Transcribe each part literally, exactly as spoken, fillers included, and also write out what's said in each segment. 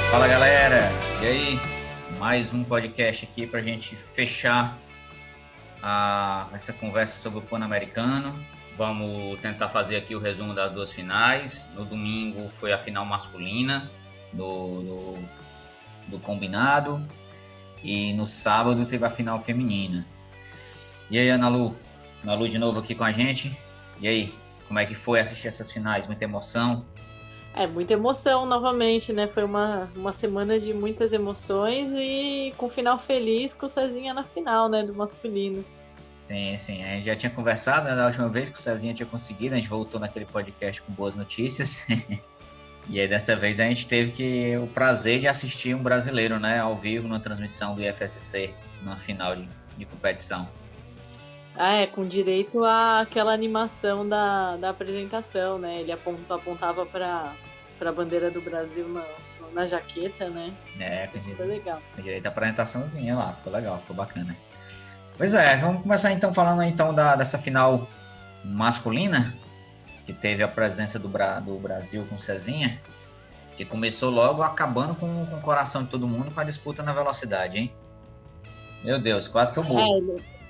Fala galera, e aí? Mais um podcast aqui para a gente fechar a, essa conversa sobre o Pan-Americano. Vamos tentar fazer aqui o resumo das duas finais. No domingo foi a final masculina do, do, do combinado e no sábado teve a final feminina. E aí, Ana Lu? Ana Lu de novo aqui com a gente. E aí, como é que foi assistir essas finais? Muita emoção? É, muita emoção novamente, né? Foi uma, uma semana de muitas emoções e com final feliz com o Cezinha na final, né? Do masculino. Sim, sim. A gente já tinha conversado, né, da última vez que o Cezinha tinha conseguido. A gente voltou naquele podcast com boas notícias. E aí, dessa vez, a gente teve que, o prazer de assistir um brasileiro, né? Ao vivo, na transmissão do I F S C, na final de, de competição. Ah, é, com direito àquela animação da, da apresentação, né? Ele aponta, apontava para a bandeira do Brasil na, na jaqueta, né? É, com Isso direito, foi legal. com direito à apresentaçãozinha lá. Ficou legal, ficou bacana. Pois é, vamos começar então falando então da, dessa final masculina, que teve a presença do, Bra, do Brasil com o Cezinha, que começou logo acabando com, com o coração de todo mundo com a disputa na velocidade, hein? Meu Deus, quase que eu morro. É,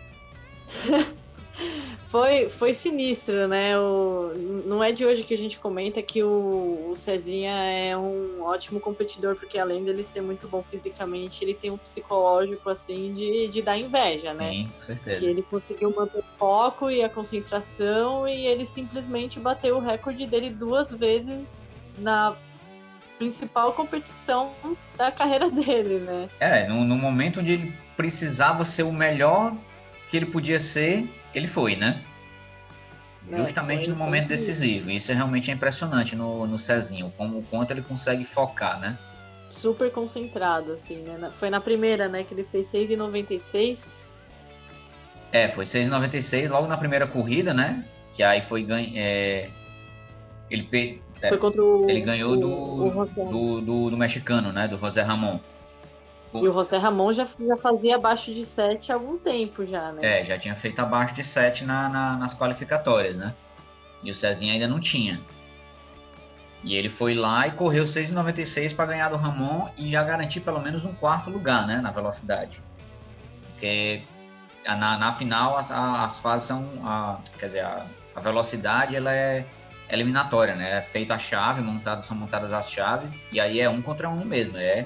Foi, foi sinistro, né? O, não é de hoje que a gente comenta que o, o Cezinha é um ótimo competidor, porque além dele ser muito bom fisicamente, ele tem um psicológico, assim, de, de dar inveja, né? Sim, com certeza. Que ele conseguiu manter o foco e a concentração e ele simplesmente bateu o recorde dele duas vezes na principal competição da carreira dele, né? É, no, no momento onde ele precisava ser o melhor que ele podia ser, ele foi, né? Justamente é, foi, no momento foi decisivo. Isso é realmente impressionante no, no Cezinho, como o quanto ele consegue focar, né? Super concentrado, assim, né? Foi na primeira, né, que ele fez seis e noventa e seis. É, foi seis e noventa e seis, logo na primeira corrida, né? Que aí foi ganho. É, ele, foi contra o, ele ganhou o, do, o do, do, do mexicano, né? Do José Ramon. E o José Ramon já, já fazia abaixo de sete há algum tempo já, né? É, já tinha feito abaixo de sete na, na, nas qualificatórias, né? E o Cezinha ainda não tinha. E ele foi lá e correu seis e noventa e seis para ganhar do Ramon e já garantir pelo menos um quarto lugar, né? Na velocidade. Porque na, na final as, as fases são... A, quer dizer, a, a velocidade ela é eliminatória, né? É feita a chave, montado, são montadas as chaves e aí é um contra um mesmo. É...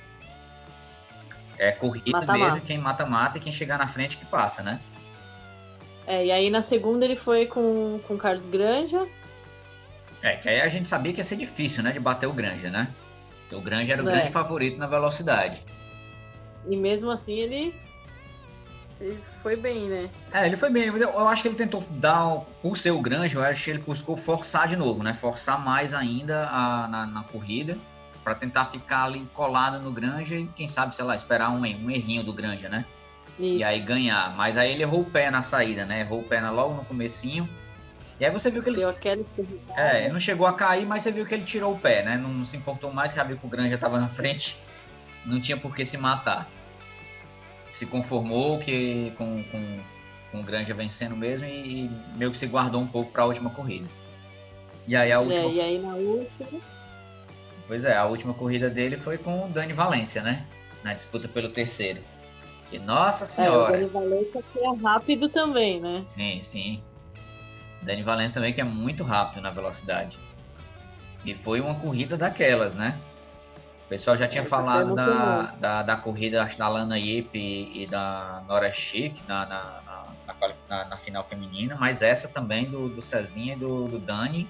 É corrida mata, mesmo, mata. Quem mata-mata e quem chegar na frente que passa, né? É, e aí na segunda ele foi com o Carlos Granja. É, que aí a gente sabia que ia ser difícil, né, de bater o Granja, né? O Granja era o é. grande favorito na velocidade. E mesmo assim ele... ele foi bem, né? É, ele foi bem. Eu acho que ele tentou dar, por ser o Granja, eu acho que ele buscou forçar de novo, né? Forçar mais ainda a, na, na corrida, para tentar ficar ali colado no Granja e, quem sabe, sei lá, esperar um, um errinho do Granja, né? Isso. E aí ganhar. Mas aí ele errou o pé na saída, né? Errou o pé logo no comecinho. E aí você viu que ele... Deu aquela... É, ele não chegou a cair, mas você viu que ele tirou o pé, né? Não, não se importou mais, já viu que o Granja estava na frente. Não tinha por que se matar. Se conformou que, com, com, com o Granja vencendo mesmo e, e meio que se guardou um pouco para a última corrida. E aí a última... É, e aí na última... Pois é, a última corrida dele foi com o Dani Valência, né? Na disputa pelo terceiro. Que, nossa senhora! É, o Dani Valência que é rápido também, né? Sim, sim. Dani Valência também que é muito rápido na velocidade. E foi uma corrida daquelas, né? O pessoal já tinha Essa falado da, da, da corrida acho, da Lana Yip e, e da Nora Schick na, na, na, na, na final feminina, mas essa também do, do Cezinha e do, do Dani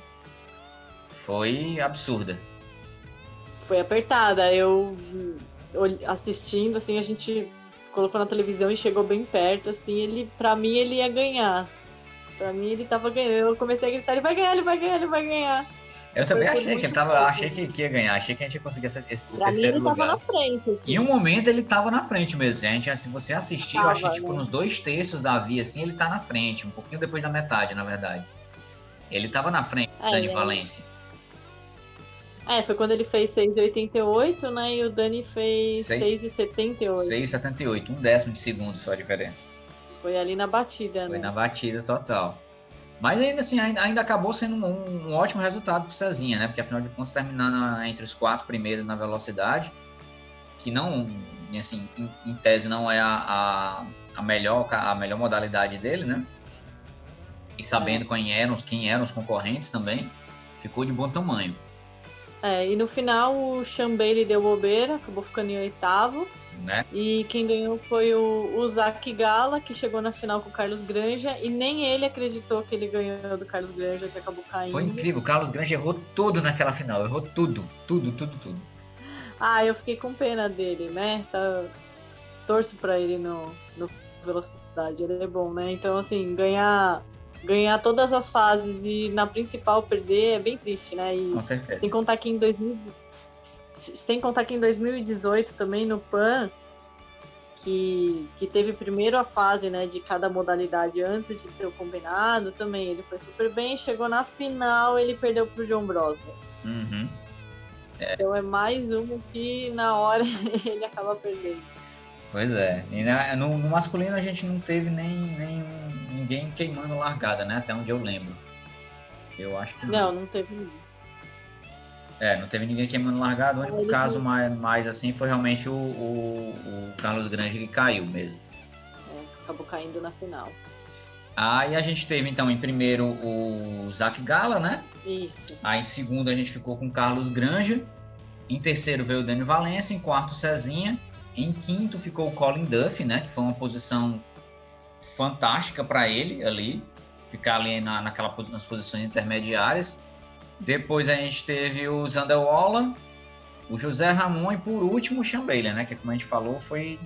foi absurda. Foi apertada. Eu assistindo, assim, a gente colocou na televisão e chegou bem perto, assim, ele, pra mim, ele ia ganhar. Pra mim, ele tava ganhando. Eu comecei a gritar, ele vai ganhar, ele vai ganhar, ele vai ganhar. Eu também achei que ele tava, achei que, que ia ganhar, achei que a gente ia conseguir esse, esse o terceiro lugar. Pra mim, ele tava na frente. Assim. Em um momento, ele tava na frente mesmo, gente. Se você assistir, tava, eu acho que, tipo, né? Nos dois terços da via, assim, ele tá na frente, um pouquinho depois da metade, na verdade. Ele tava na frente, é, Dani é. Valência. É, foi quando ele fez seis e oitenta e oito, né? E o Dani fez seis e setenta e oito. seis e setenta e oito, um décimo de segundo só a diferença. Foi ali na batida, Foi né? na batida total. Mas ainda assim, ainda, ainda acabou sendo um, um ótimo resultado para o Cezinha, né? Porque afinal de contas, terminando entre os quatro primeiros na velocidade, que não, assim, em, em tese não é a, a, a, melhor, a melhor modalidade dele, né? E sabendo é. quem, eram, quem eram os concorrentes também, ficou de bom tamanho. É, e no final o Sean Bailey deu bobeira, acabou ficando em oitavo. Né? E quem ganhou foi o, o Zach Gala, que chegou na final com o Carlos Granja, e nem ele acreditou que ele ganhou do Carlos Granja, que acabou caindo. Foi incrível, o Carlos Granja errou tudo naquela final, errou tudo, tudo, tudo, tudo. Ah, eu fiquei com pena dele, né? Tá... Torço pra ele no, no velocidade, ele é bom, né? Então, assim, ganhar, ganhar todas as fases e na principal perder é bem triste, né? E, com certeza. Sem contar que em dois mil, sem contar que em dois mil e dezoito também no Pan, que, que teve primeiro a fase, né, de cada modalidade antes de ter o combinado, também ele foi super bem, chegou na final, ele perdeu pro John Brosnan. Uhum. É. Então é mais um que na hora ele acaba perdendo. Pois é. E no, no masculino a gente não teve nem, nem ninguém queimando largada, né? Até onde eu lembro. Eu acho que não. Não, não teve ninguém. É, não teve ninguém queimando largada. O único ele caso foi... mais, mais assim foi realmente o, o, o Carlos Granja que caiu mesmo. É, acabou caindo na final. Aí a gente teve então em primeiro o Zach Gala, né? Isso. Aí em segundo a gente ficou com o Carlos Granja. Em terceiro veio o Dani Valença. Em quarto o Cezinha. Em quinto ficou o Colin Duff, né? Que foi uma posição fantástica para ele ali. Ficar ali na, naquela, nas posições intermediárias. Depois a gente teve o Zander Walla, o José Ramon e por último o Sean Bailey, né? Que como a gente falou foi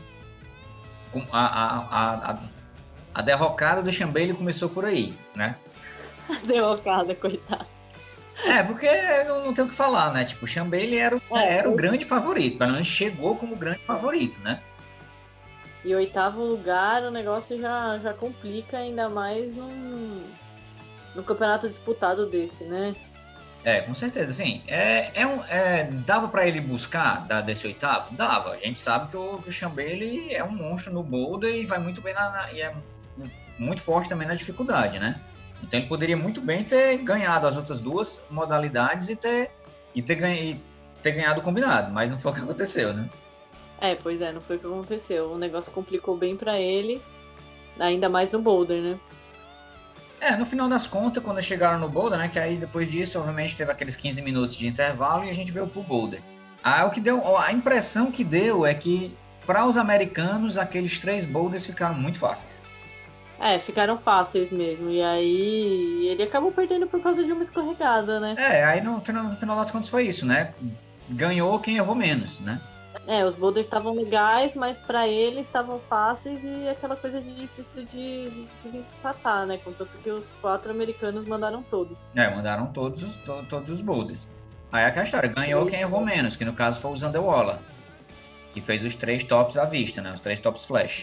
a, a, a, a derrocada do Sean Bailey começou por aí, né? A derrocada, coitado. É, porque eu não tenho o que falar, né? Tipo, o Sean Bailey era, o, é, era o grande favorito, pelo menos chegou como grande favorito, né? E oitavo lugar, o negócio já, já complica ainda mais num, num campeonato disputado desse, né? É, com certeza, sim. É, é um, é, dava para ele buscar da, desse oitavo? Dava. A gente sabe que o, que o Sean Bailey é um monstro no boulder e vai muito bem na, na, e é muito forte também na dificuldade, né? Então ele poderia muito bem ter ganhado as outras duas modalidades e ter, e ter, ganha, e ter ganhado o combinado, mas não foi o que aconteceu, né? É, pois é, não foi o que aconteceu. O negócio complicou bem para ele, ainda mais no boulder, né? É, no final das contas, quando chegaram no boulder, né, que aí depois disso, obviamente, teve aqueles quinze minutos de intervalo e a gente veio pro boulder. Aí o que deu, a impressão que deu é que, para os americanos, aqueles três boulders ficaram muito fáceis. É, ficaram fáceis mesmo, e aí ele acabou perdendo por causa de uma escorregada, né? É, aí no final, no final das contas foi isso, né? Ganhou quem errou menos, né? É, os boulders estavam legais, mas para ele estavam fáceis e aquela coisa de difícil de desempatar, né? Contanto que os quatro americanos mandaram todos. É, mandaram todos os, to, todos os boulders. Aí aquela história, ganhou quem errou menos, que no caso foi o Zander Walla, que fez os três tops à vista, né? Os três tops flash.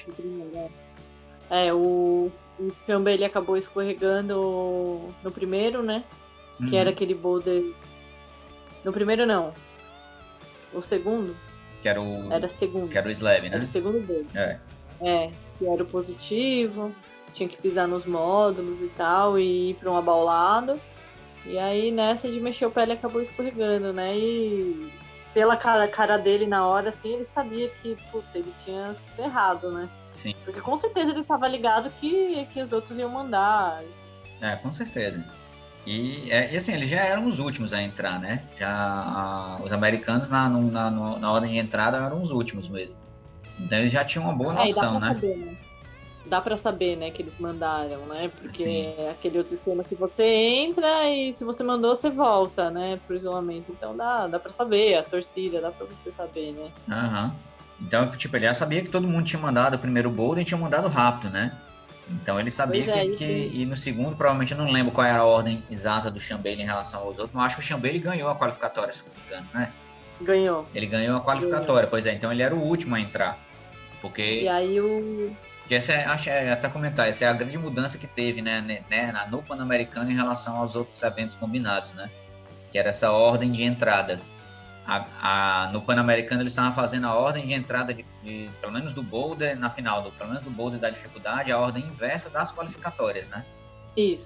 É, o, o Chamba, ele acabou escorregando no primeiro, né? Uhum. Que era aquele boulder... No primeiro, não. O segundo... Que era o... Era segundo. Que era o slab, né? Era o segundo dele. É. É, que era o positivo, tinha que pisar nos módulos e tal, e ir pra um abaulado. E aí, nessa de mexer o pé, ele acabou escorregando, né? E pela cara, cara dele na hora, assim, ele sabia que, puta, ele tinha se ferrado, né? Sim. Porque com certeza ele tava ligado que, que os outros iam mandar. É, com certeza. E, é, e assim, eles já eram os últimos a entrar, né? Já a, os americanos na, na, na ordem de entrada eram os últimos mesmo. Então eles já tinham uma boa noção, é, dá né? Saber, né? Dá pra saber, né, que eles mandaram, né? Porque Sim. é aquele outro esquema que você entra e se você mandou, você volta, né, pro isolamento. Então dá, dá pra saber, a torcida, dá pra você saber, né? Aham. Então, tipo, ele já sabia que todo mundo tinha mandado o primeiro boulder e tinha mandado rápido, né? Então ele sabia Pois é, que, que e no segundo, provavelmente eu não lembro qual era a ordem exata do Sean Bailey em relação aos outros, mas acho que o Sean Bailey ganhou a qualificatória, se não me engano, né? Ganhou. Ele ganhou a qualificatória, ganhou. Pois é, então ele era o último a entrar. Porque... E aí o... Que essa é, acho, é, até comentar, essa é a grande mudança que teve, né, né, no Pan-Americano em relação aos outros eventos combinados, né? Que era essa ordem de entrada. A, a, no Pan-Americano eles estavam fazendo a ordem de entrada, de, de, pelo menos do boulder, na final, do, pelo menos do boulder da dificuldade, a ordem inversa das qualificatórias, né? Isso,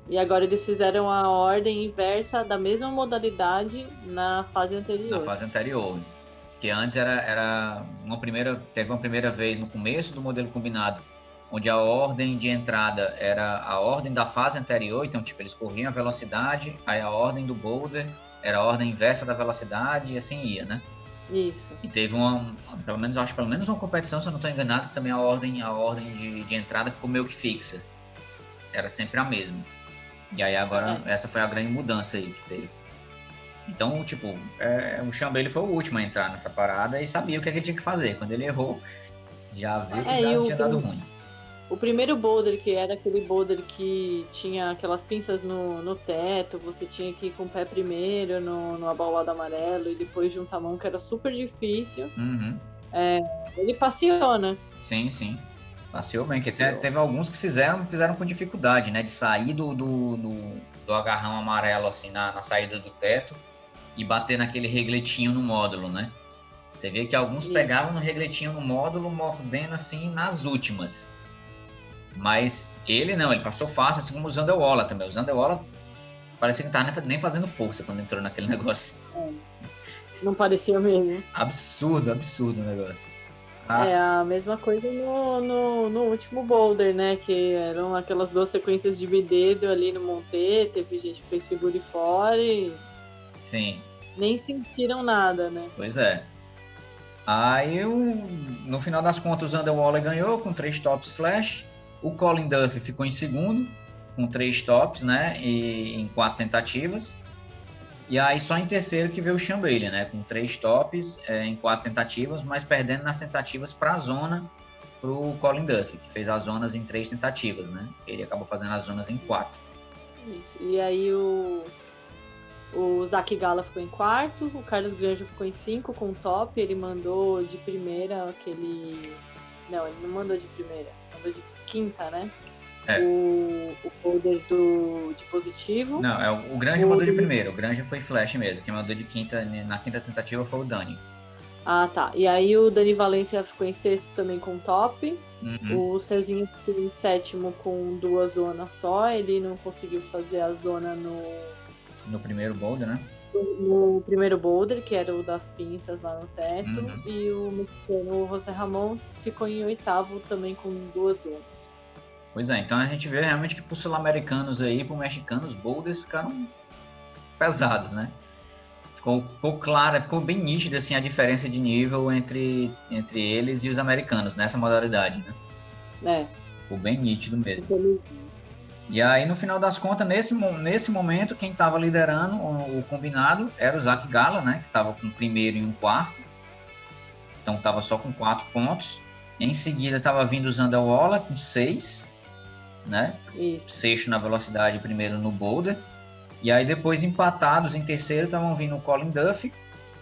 E agora eles fizeram a ordem inversa da mesma modalidade na fase anterior. Na fase anterior. Que antes era, era uma primeira, teve uma primeira vez no começo do modelo combinado, onde a ordem de entrada era a ordem da fase anterior, então tipo, eles corriam a velocidade, aí a ordem do boulder era a ordem inversa da velocidade e assim ia, né? Isso. E teve uma, pelo menos, acho pelo menos uma competição, se eu não estou enganado, que também a ordem, a ordem de, de entrada ficou meio que fixa. Era sempre a mesma. E aí agora, é. essa foi a grande mudança aí que teve. Então, tipo, é, o Chambly foi o último a entrar nessa parada e sabia o que, é que ele tinha que fazer. Quando ele errou, já viu que é, não tinha dado ruim. O primeiro boulder, que era aquele boulder que tinha aquelas pinças no, no teto, você tinha que ir com o pé primeiro no, no abaulado amarelo e depois juntar a mão, que era super difícil. Uhum. É, ele passeou, né? Sim, sim. Passeou bem, que até, teve alguns que fizeram, fizeram com dificuldade, né? De sair do, do, do, do agarrão amarelo, assim, na, na saída do teto e bater naquele regletinho no módulo, né? Você vê que alguns Isso. pegavam no regletinho no módulo, mordendo, assim, nas últimas. Mas ele não, ele passou fácil, assim como o Zandewola também. O Zandewola parecia que não estava nem fazendo força quando entrou naquele negócio. É. Não parecia mesmo. Absurdo, absurdo o negócio. Ah. É a mesma coisa no, no, no último boulder, né? Que eram aquelas duas sequências de bidedo ali no Monte, teve gente que fez figura e fora e... Sim. Nem sentiram nada, né? Pois é. Aí, eu, no final das contas, o Zandewola ganhou com três tops flash. O Colin Duffy ficou em segundo, com três tops, né? E em quatro tentativas. E aí, só em terceiro que veio o Chambly, né? Com três tops é, em quatro tentativas, mas perdendo nas tentativas para a zona para o Colin Duffy, que fez as zonas em três tentativas, né? Ele acabou fazendo as zonas em quatro. Isso. E aí, o, o Zach Gala ficou em quarto, o Carlos Granjo ficou em cinco com o top. Ele mandou de primeira aquele... Não, ele não mandou de primeira, mandou de quinta, né? É. O, o boulder do, de positivo. Não, é o, o Granja mandou de primeiro, o Granja foi flash mesmo. Quem mandou de quinta, na quinta tentativa foi o Dani. Ah, tá. E aí o Dani Valência ficou em sexto também com top. Uhum. O Cezinho ficou em sétimo com duas zonas só. Ele não conseguiu fazer a zona no... No primeiro boulder, né? No primeiro boulder, que era o das pinças lá no teto. Uhum. E o mexicano, o José Ramon, ficou em oitavo também com duas zonas. Pois é, então a gente vê realmente que para os sul-americanos aí, para os mexicanos, os boulders ficaram pesados, né? Ficou, ficou clara, ficou bem nítida assim, a diferença de nível entre, entre eles e os americanos nessa modalidade, né? É. Ficou bem nítido mesmo. E aí, no final das contas, nesse, nesse momento, quem estava liderando o, o combinado era o Zach Gala, né? Que estava com o primeiro e um quarto. Então, estava só com quatro pontos. Em seguida, estava vindo o Zandewola com seis, né? Isso. Sexto na velocidade, primeiro no boulder. E aí, depois, empatados em terceiro, estavam vindo o Colin Duffy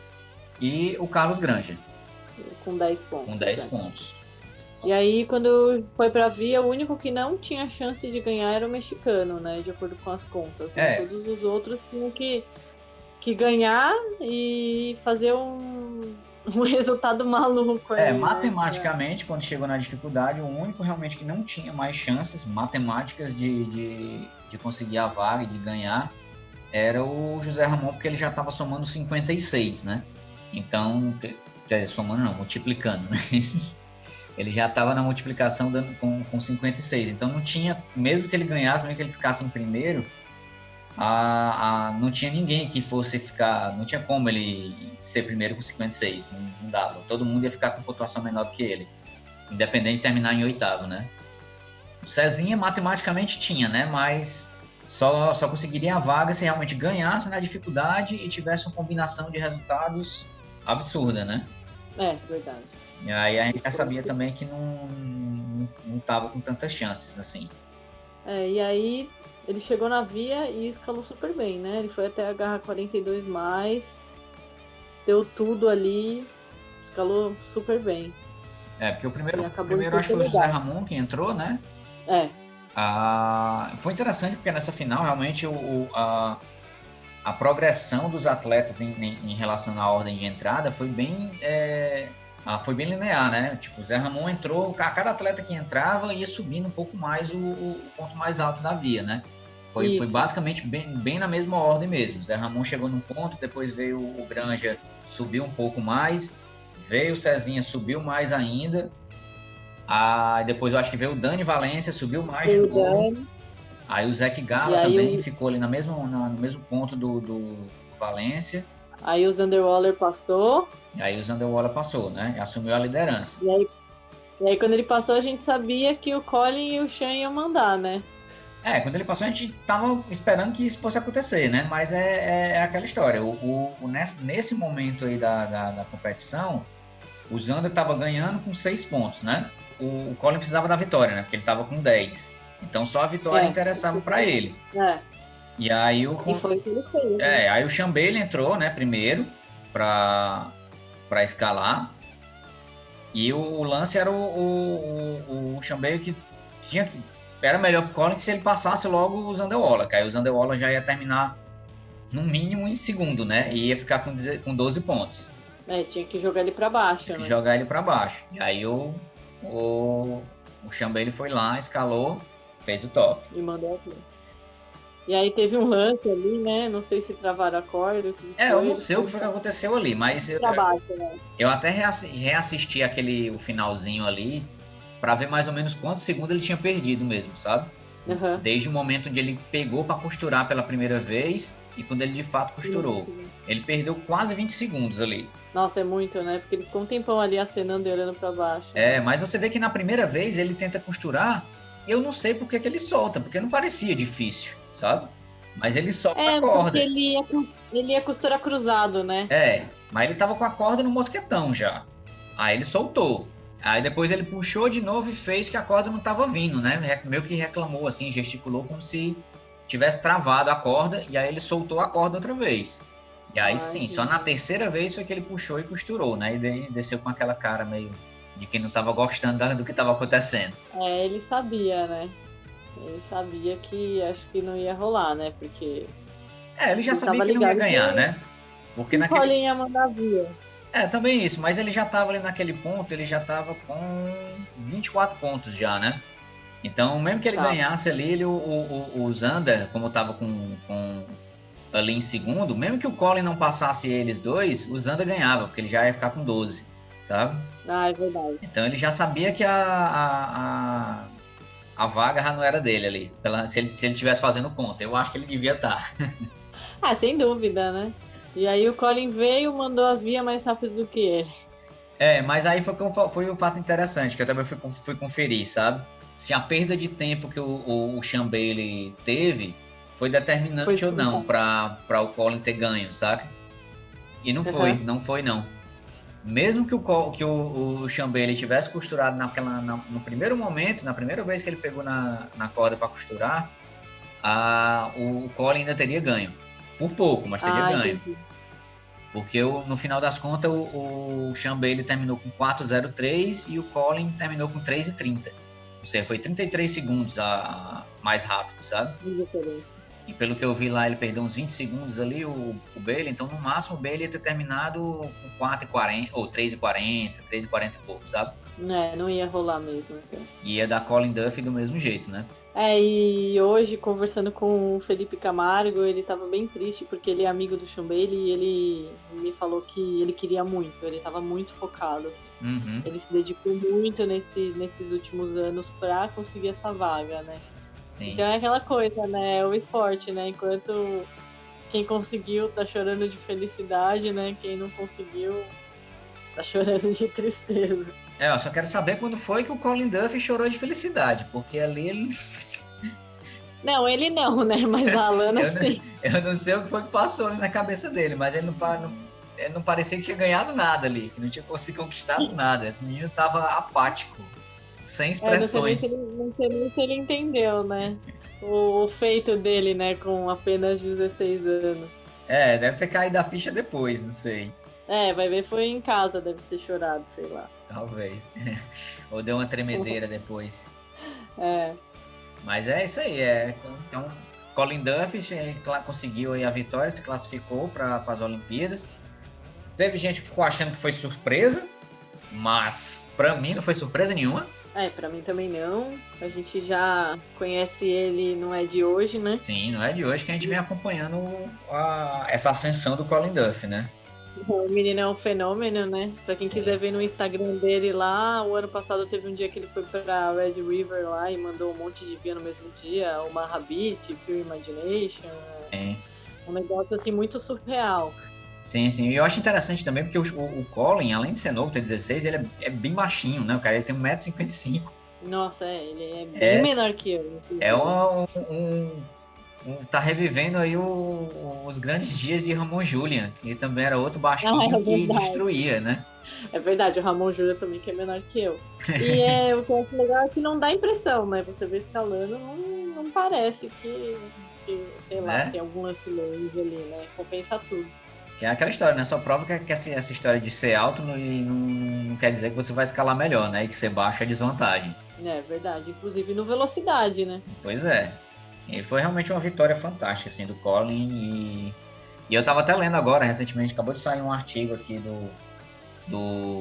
e o Carlos Granja. Com dez pontos. Com dez né? pontos. E aí, quando foi pra via, o único que não tinha chance de ganhar era o mexicano, né? De acordo com as contas. Né? É. Todos os outros tinham que, que ganhar e fazer um, um resultado maluco. É, aí, matematicamente, né? Quando chegou na dificuldade, o único realmente que não tinha mais chances matemáticas de, de, de conseguir a vaga e de ganhar era o José Ramon, porque ele já estava somando cinquenta e seis, né? Então, somando não, multiplicando, né? Ele já estava na multiplicação dando com, com cinquenta e seis. Então, não tinha, mesmo que ele ganhasse, mesmo que ele ficasse em primeiro, a, a, não tinha ninguém que fosse ficar... Não tinha como ele ser primeiro com cinquenta e seis. Não, não dava. Todo mundo ia ficar com pontuação menor do que ele. Independente de terminar em oitavo, né? O Cezinha, matematicamente, tinha, né? Mas só, só conseguiria a vaga se realmente ganhasse na dificuldade e tivesse uma combinação de resultados absurda, né? É, verdade. E aí a gente já sabia também que não, não, não tava com tantas chances, assim. É, e aí ele chegou na via e escalou super bem, né? Ele foi até a garra quarenta e dois mais, deu tudo ali, escalou super bem. É, porque o primeiro, o primeiro acho que foi o José Ramon que entrou, né? É. Ah, foi interessante porque nessa final, realmente, o, a, a progressão dos atletas em, em, em relação à ordem de entrada foi bem... É... Ah, foi bem linear, né? Tipo, o Zé Ramon entrou, cada atleta que entrava ia subindo um pouco mais o, o ponto mais alto da via, né? Foi, foi basicamente bem, bem na mesma ordem mesmo. Zé Ramon chegou num ponto, depois veio o Granja, subiu um pouco mais, veio o Cezinha, subiu mais ainda. Ah, depois eu acho que veio o Dani Valência, subiu mais de novo. Aí o Zeke Gala também o... ficou ali na mesma, na, no mesmo ponto do, do Valência. Aí o Zander Waller passou. Aí o Zander Waller passou, né? Assumiu a liderança. E aí, e aí quando ele passou, a gente sabia que o Colin e o Sean iam mandar, né? É, quando ele passou, a gente tava esperando que isso fosse acontecer, né? Mas é, é, é aquela história. O, o, o nesse, nesse momento aí da, da, da competição, o Zander tava ganhando com seis pontos, né? O, o Colin precisava da vitória, né? Porque ele tava com dez. Então só a vitória é, interessava para ele. É. E aí o e foi o que ele fez, né? É, aí o Chambele entrou, né, primeiro para para escalar. E o, o lance era o o, o, o Chambele que tinha que era melhor pro Colin se ele passasse logo o Zander Waller, que aí o Zander Waller já ia terminar no mínimo em segundo, né? E ia ficar com com doze pontos. É, tinha que jogar ele para baixo, tinha né? que jogar ele para baixo. E aí o o o Chambele foi lá, escalou, fez o top. E mandou aqui. E aí teve um lance ali, né? Não sei se travaram a corda. É, eu não sei o que foi que aconteceu ali, mas eu, baixo, né? eu até reassisti aquele, o finalzinho ali para ver mais ou menos quantos segundos ele tinha perdido mesmo, sabe? Uhum. Desde o momento onde ele pegou para costurar pela primeira vez e quando ele de fato costurou. Uhum. Ele perdeu quase vinte segundos ali. Nossa, é muito, né? Porque ele ficou um tempão ali acenando e olhando para baixo. É, mas você vê que na primeira vez ele tenta costurar, eu não sei por que, que ele solta, porque não parecia difícil, sabe? Mas ele solta é, a corda. Porque ele ia, ele ia costurar cruzado, né? É, mas ele tava com a corda no mosquetão já. Aí ele soltou. Aí depois ele puxou de novo e fez que a corda não tava vindo, né? Meio que reclamou assim, gesticulou como se tivesse travado a corda e aí ele soltou a corda outra vez. E aí Ai, sim, que... só na terceira vez foi que ele puxou e costurou, né? E daí desceu com aquela cara meio de quem não tava gostando do que tava acontecendo. É, ele sabia, né? Ele sabia que acho que não ia rolar, né? Porque... É, ele já ele sabia que não ia ganhar, que... né? Porque o naquele... Colin ia mandar via. É, também isso, mas ele já tava ali naquele ponto, ele já tava com vinte e quatro pontos já, né? Então, mesmo que ele tá. ganhasse ali, ele, o, o, o Zander, como tava com, com ali em segundo, mesmo que o Colin não passasse eles dois, o Zander ganhava, porque ele já ia ficar com doze, sabe? Ah, é verdade. Então ele já sabia que a, a, a, a vaga já não era dele ali, pela, se ele se ele tivesse fazendo conta. Eu acho que ele devia estar. Ah, sem dúvida, né? E aí o Colin veio, mandou a via mais rápido do que ele. É, mas aí foi, foi um fato interessante, que eu também fui, fui conferir, sabe? Se a perda de tempo que o, o, o Chambele teve foi determinante foi ou não para o Colin ter ganho, sabe? E não uhum. foi, não foi não. Mesmo que o, que o, o Chambele tivesse costurado naquela, na, no primeiro momento, na primeira vez que ele pegou na, na corda para costurar, a, o, o Colin ainda teria ganho. Por pouco, mas teria ah, ganho. Entendi. Porque o, no final das contas o, o Chambele terminou com quatro zero três e o Colin terminou com três e trinta. Ou seja, foi trinta e três segundos a, a mais rápido, sabe? E pelo que eu vi lá, ele perdeu uns vinte segundos ali, o, o Bailey. Então, no máximo, o Bailey ia ter terminado com quatro e quarenta, ou três e quarenta, três e quarenta e pouco, sabe? É, não ia rolar mesmo. Então. Ia dar Colin Duffy do mesmo jeito, né? É, e hoje, conversando com o Felipe Camargo, ele tava bem triste, porque ele é amigo do Chambele e ele me falou que ele queria muito, ele tava muito focado. Uhum. Ele se dedicou muito nesse, nesses últimos anos pra conseguir essa vaga, né? Sim. Então é aquela coisa, né? O esporte, né? Enquanto quem conseguiu tá chorando de felicidade, né? Quem não conseguiu tá chorando de tristeza. É, eu só quero saber quando foi que o Colin Duffy chorou de felicidade, porque ali ele... Não, ele não, né? Mas a Alana eu sim. Não, eu não sei o que foi que passou ali na cabeça dele, mas ele não, não, ele não parecia que tinha ganhado nada ali, que não tinha conseguido conquistar nada. O menino tava apático, sem expressões. É, não sei nem se ele entendeu, né? O, o feito dele, né? Com apenas dezesseis anos. É, deve ter caído a ficha depois, não sei. É, vai ver, foi em casa, deve ter chorado, sei lá. Talvez. Ou deu uma tremedeira depois. É. Mas é isso aí, é. Então, Colin Duffy conseguiu aí a vitória, se classificou para as Olimpíadas. Teve gente que ficou achando que foi surpresa, mas para mim não foi surpresa nenhuma. É, pra mim também não. A gente já conhece ele, não é de hoje, né? Sim, não é de hoje que a gente vem acompanhando a, essa ascensão do Colin Duff, né? O menino é um fenômeno, né? Pra quem Sim. quiser ver no Instagram dele lá, o ano passado teve um dia que ele foi pra Red River lá e mandou um monte de via no mesmo dia, o Mahabit, Pure Imagination, Sim. um negócio assim muito surreal. Sim, sim. E eu acho interessante também porque o, o, o Colin, além de ser novo, ter dezesseis, ele é, é bem baixinho, né? O cara ele tem um metro e cinquenta e cinco. Nossa, é, ele é bem É, menor que eu. é um, um, um- tá revivendo aí o- os grandes dias de Ramon Julian, que também era outro Ah, baixinho é que verdade. destruía, né? É verdade, o Ramon Júlia também que é menor que eu. E é, o que eu acho legal é que não dá impressão, né? Você vê escalando, não, não parece que, que, sei lá, Né? tem algum lance longe ali, né? Compensa tudo. Que é aquela história, né? Só prova que, que essa, essa história de ser alto não, e não, não quer dizer que você vai escalar melhor, né? E que ser baixo é desvantagem. É verdade, inclusive no velocidade, né? Pois é. E foi realmente uma vitória fantástica, assim, do Colin. E, e eu tava até lendo agora, recentemente, acabou de sair um artigo aqui do, do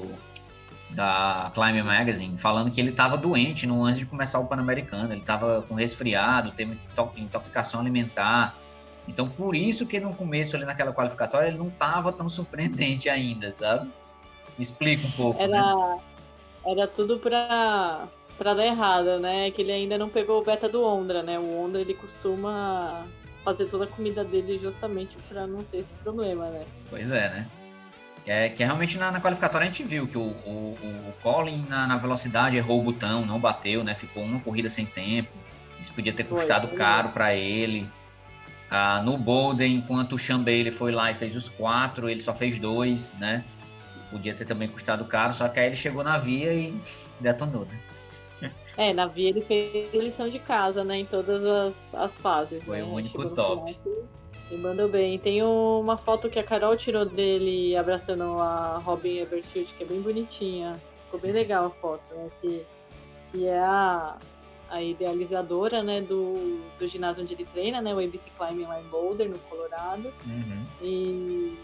da Climb Magazine, falando que ele estava doente no, antes de começar o Pan-Americano. Ele estava com resfriado, teve intoxicação alimentar. Então, por isso que no começo, ali naquela qualificatória, ele não estava tão surpreendente ainda, sabe? Explica um pouco, Era, né? era tudo pra, pra dar errado, né? Que ele ainda não pegou o beta do Ondra, né? O Ondra, ele costuma fazer toda a comida dele justamente pra não ter esse problema, né? Pois é, né? Que, é, que é realmente na, na qualificatória a gente viu que o, o, o Colin na, na velocidade errou o botão, não bateu, né? Ficou uma corrida sem tempo. Isso podia ter Foi, custado foi caro para ele. Ah, no Boulder, enquanto o Chambay foi lá e fez os quatro, ele só fez dois, né? Podia ter também custado caro, só que aí ele chegou na via e detonou, né? É, na via ele fez lição de casa, né? Em todas as, as fases, Foi né? o Aí único chegou no top. final e mandou bem. Tem uma foto que a Carol tirou dele abraçando a Robin Ebersfield, que é bem bonitinha. Ficou bem legal a foto, né? Que, que é a, a idealizadora, né, do, do ginásio onde ele treina, né? O A B C Climbing lá em Boulder, no Colorado. Uhum. E...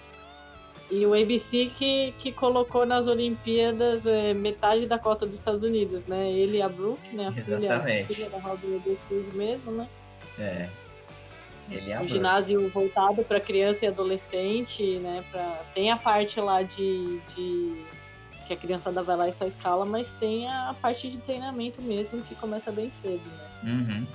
E o A B C que, que colocou nas Olimpíadas é, metade da cota dos Estados Unidos, né? Ele e a Brooke, né? A Exatamente. filha, filha da Robin Ebersfield mesmo, né? É. Ele é um ginásio voltado para criança e adolescente, né? Pra... Tem a parte lá de, de que a criançada vai lá e só escala, mas tem a parte de treinamento mesmo que começa bem cedo, né? Uhum.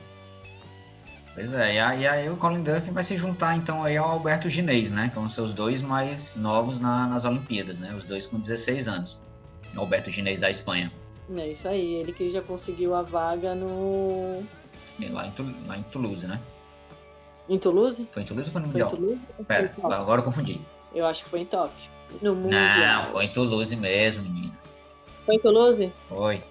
Pois é, e aí, aí o Colin Duff vai se juntar então aí ao Alberto Ginés, né? Que são os seus dois mais novos na, nas Olimpíadas, né? Os dois com dezesseis anos. Alberto Ginés da Espanha. É isso aí, ele que já conseguiu a vaga no... E lá, em, lá em Toulouse, né? Em Toulouse? Foi em Toulouse ou foi no Foi em Mundial? Toulouse? Pera, agora eu confundi. Eu acho que foi em Tóquio. No Mundial. Não, foi em Toulouse mesmo, menina. Foi em Toulouse? Foi.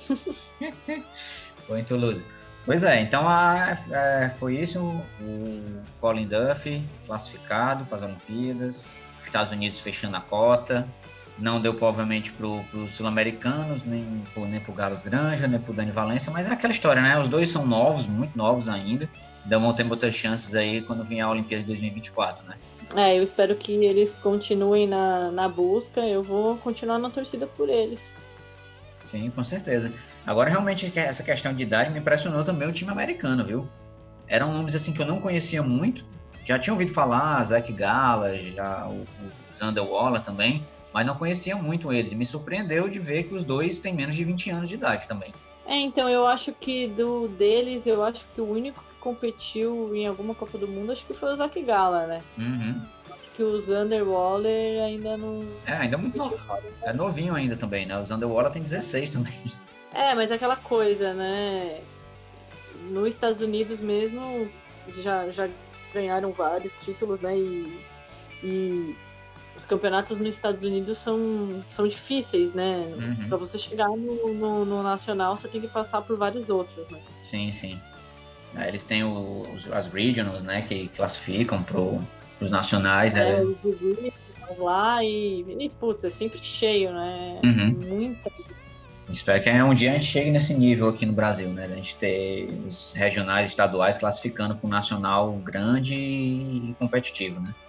Foi em Toulouse. Pois é, então a, a, foi isso. O Colin Duff classificado para as Olimpíadas. Os Estados Unidos fechando a cota. Não deu, obviamente, para os sul-americanos, nem para o Carlos Granja, nem para o Dani Valência, mas é aquela história, né? Os dois são novos, muito novos ainda. Então vão ter muitas chances aí quando vier a Olimpíada de dois mil e vinte e quatro, né? É, eu espero que eles continuem na, na busca. Eu vou continuar na torcida por eles. Sim, com certeza. Agora, realmente, essa questão de idade me impressionou também o time americano, viu? Eram nomes assim que eu não conhecia muito. Já tinha ouvido falar, Zach Gallas, já o, o Xander Waller também, mas não conhecia muito eles. E me surpreendeu de ver que os dois têm menos de vinte anos de idade também. É, então, eu acho que do deles, eu acho que o único que competiu em alguma Copa do Mundo, acho que foi o Zach Gallas, né? Uhum. Acho que o Xander Waller ainda não... É, ainda é muito novo. É novinho ainda também, né? O Xander Waller tem dezesseis também. É, mas é aquela coisa, né? Nos Estados Unidos mesmo, já, já ganharam vários títulos, né? E, e os campeonatos nos Estados Unidos são, são difíceis, né? Uhum. Para você chegar no, no, no nacional, você tem que passar por vários outros, né? Sim, sim. Aí eles têm os, as regionals, né? Que classificam pro, pros nacionais. É, É... os vizinhos lá e, e, putz, é sempre cheio, né? Uhum. Muita. Espero que um dia a gente chegue nesse nível aqui no Brasil, né? A gente ter os regionais estaduais classificando para um nacional grande e competitivo, né?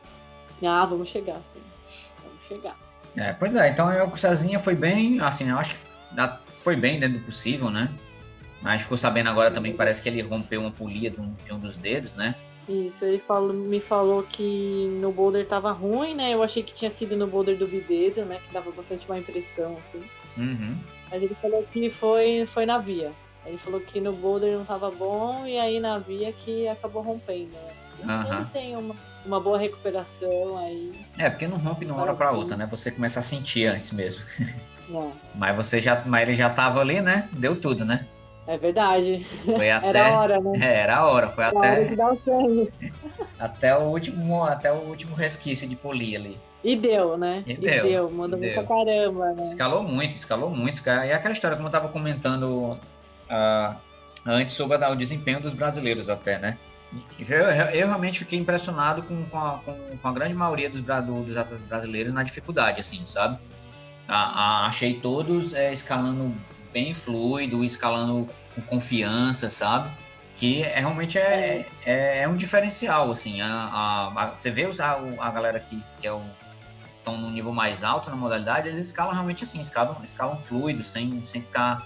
Ah, vamos chegar, sim. Vamos chegar. É, pois é, então eu com o Cezinha foi bem, assim, eu acho que foi bem dentro do possível, né? Mas ficou sabendo agora também que parece que ele rompeu uma polia de um, de um dos dedos, né? Isso, ele falou, me falou que no boulder tava ruim, né? Eu achei que tinha sido no boulder do Bidedo, né? Que dava bastante má impressão, assim. Uhum. Mas ele falou que foi, foi na via. Ele falou que no boulder não tava bom e aí na via que acabou rompendo, né? Uhum. Ele tem uma, uma boa recuperação aí. É, porque não rompe de uma hora para outra, né? Você começa a sentir antes mesmo. É. Mas você já, mas ele já tava ali, né? Deu tudo, né? É verdade. Foi até... Era a hora, né? É, era a hora, foi era até... a hora de dar o sangue. até o último, até o último resquício de polia ali. E deu, né? E, e deu. deu, mandou muito pra caramba, né? Escalou muito, escalou muito. E aquela história, como eu tava comentando uh, antes sobre o desempenho dos brasileiros até, né? Eu, eu, eu realmente fiquei impressionado com, com, a, com, com a grande maioria dos, dos atletas brasileiros na dificuldade, assim, sabe? A, a, achei todos é, escalando bem fluido, escalando com confiança, sabe? Que é, realmente é, é. É, é um diferencial, assim. A, a, a, você vê os, a, a galera que, que é o, estão no nível mais alto na modalidade, eles escalam realmente assim, escalam, escalam fluido, sem, sem ficar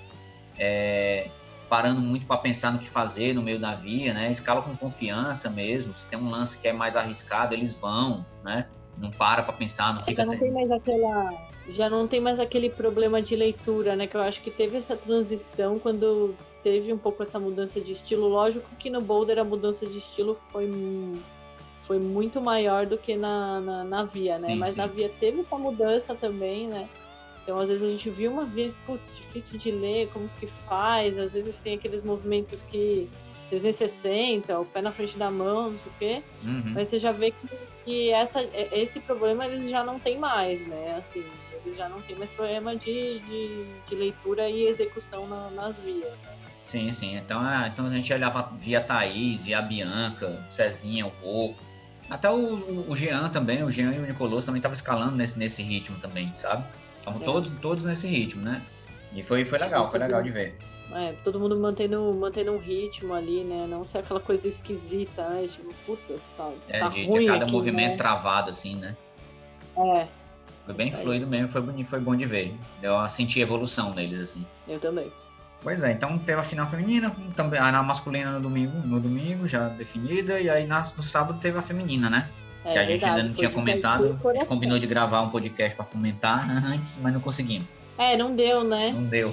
é, parando muito para pensar no que fazer no meio da via, né? Escalam com confiança mesmo. Se tem um lance que é mais arriscado, eles vão, né? Não para para pensar, não fica... Já não tem mais aquela... Já não tem mais aquele problema de leitura, né? Que eu acho que teve essa transição quando teve um pouco essa mudança de estilo. Lógico que no boulder a mudança de estilo foi, foi muito maior do que na, na, na via, né? Sim, Mas sim. na via teve essa mudança também, né? Então, às vezes a gente viu uma via, putz, difícil de ler, como que faz? Às vezes tem aqueles movimentos que... trezentos e sessenta, o pé na frente da mão, não sei o quê. Uhum. Mas você já vê que, que essa, esse problema eles já não tem mais, né? Assim, eles já não tem mais problema de, de, de leitura e execução na, nas vias. Né? Sim, sim. Então, então a gente olhava via Thaís, via a Bianca, o Cezinha um pouco. Até o, o Jean também, o Jean e o Nicolas também estavam escalando nesse, nesse ritmo também, sabe? Estavam é. todos, todos nesse ritmo, né? E foi, foi legal, foi legal de ver. É, todo mundo mantendo, mantendo um ritmo ali, né? Não ser aquela coisa esquisita, né? Tipo, puta, sabe? É, tá de, ruim de cada aqui, movimento né? travado, assim, né? É. Foi bem fluido mesmo, foi, foi bom de ver. Eu senti evolução neles, assim. Eu também. Pois é, então teve a final feminina, também a masculina no domingo, no domingo já definida, e aí na, no sábado teve a feminina, né? É, que a gente verdade, ainda não tinha comentado, a gente combinou de gravar um podcast para comentar antes, mas não conseguimos. É, não deu, né? Não deu.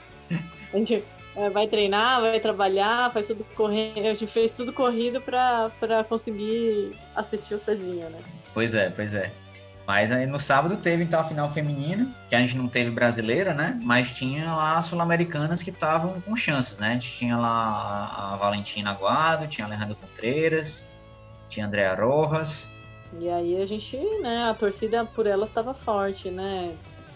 A gente vai treinar, vai trabalhar, faz tudo correndo. A gente fez tudo corrido para conseguir assistir o Cezinha, né? Pois é, pois é. Mas aí no sábado teve então a final feminina, que a gente não teve brasileira, né? Mas tinha lá as sul-americanas que estavam com chances, né? A gente tinha lá a Valentina Aguado, tinha a Alejandra Contreras, tinha a Andrea Rojas. E aí a gente, né? A torcida por elas estava forte, né?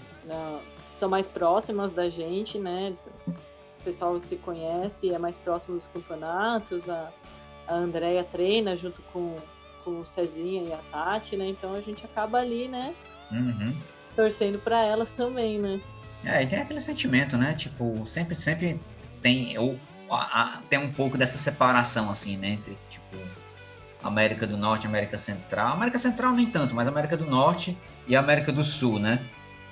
São mais próximas da gente, né? O pessoal se conhece, é mais próximo dos campeonatos. A, a Andrea treina junto com, com o Cezinha e a Tati, né? Então a gente acaba ali, né? Uhum. Torcendo para elas também, né? É, e tem aquele sentimento, né? Tipo, sempre, sempre tem, ou, a, a, tem um pouco dessa separação, assim, né? Entre, tipo, América do Norte e América Central. América Central nem tanto, mas América do Norte e América do Sul, né?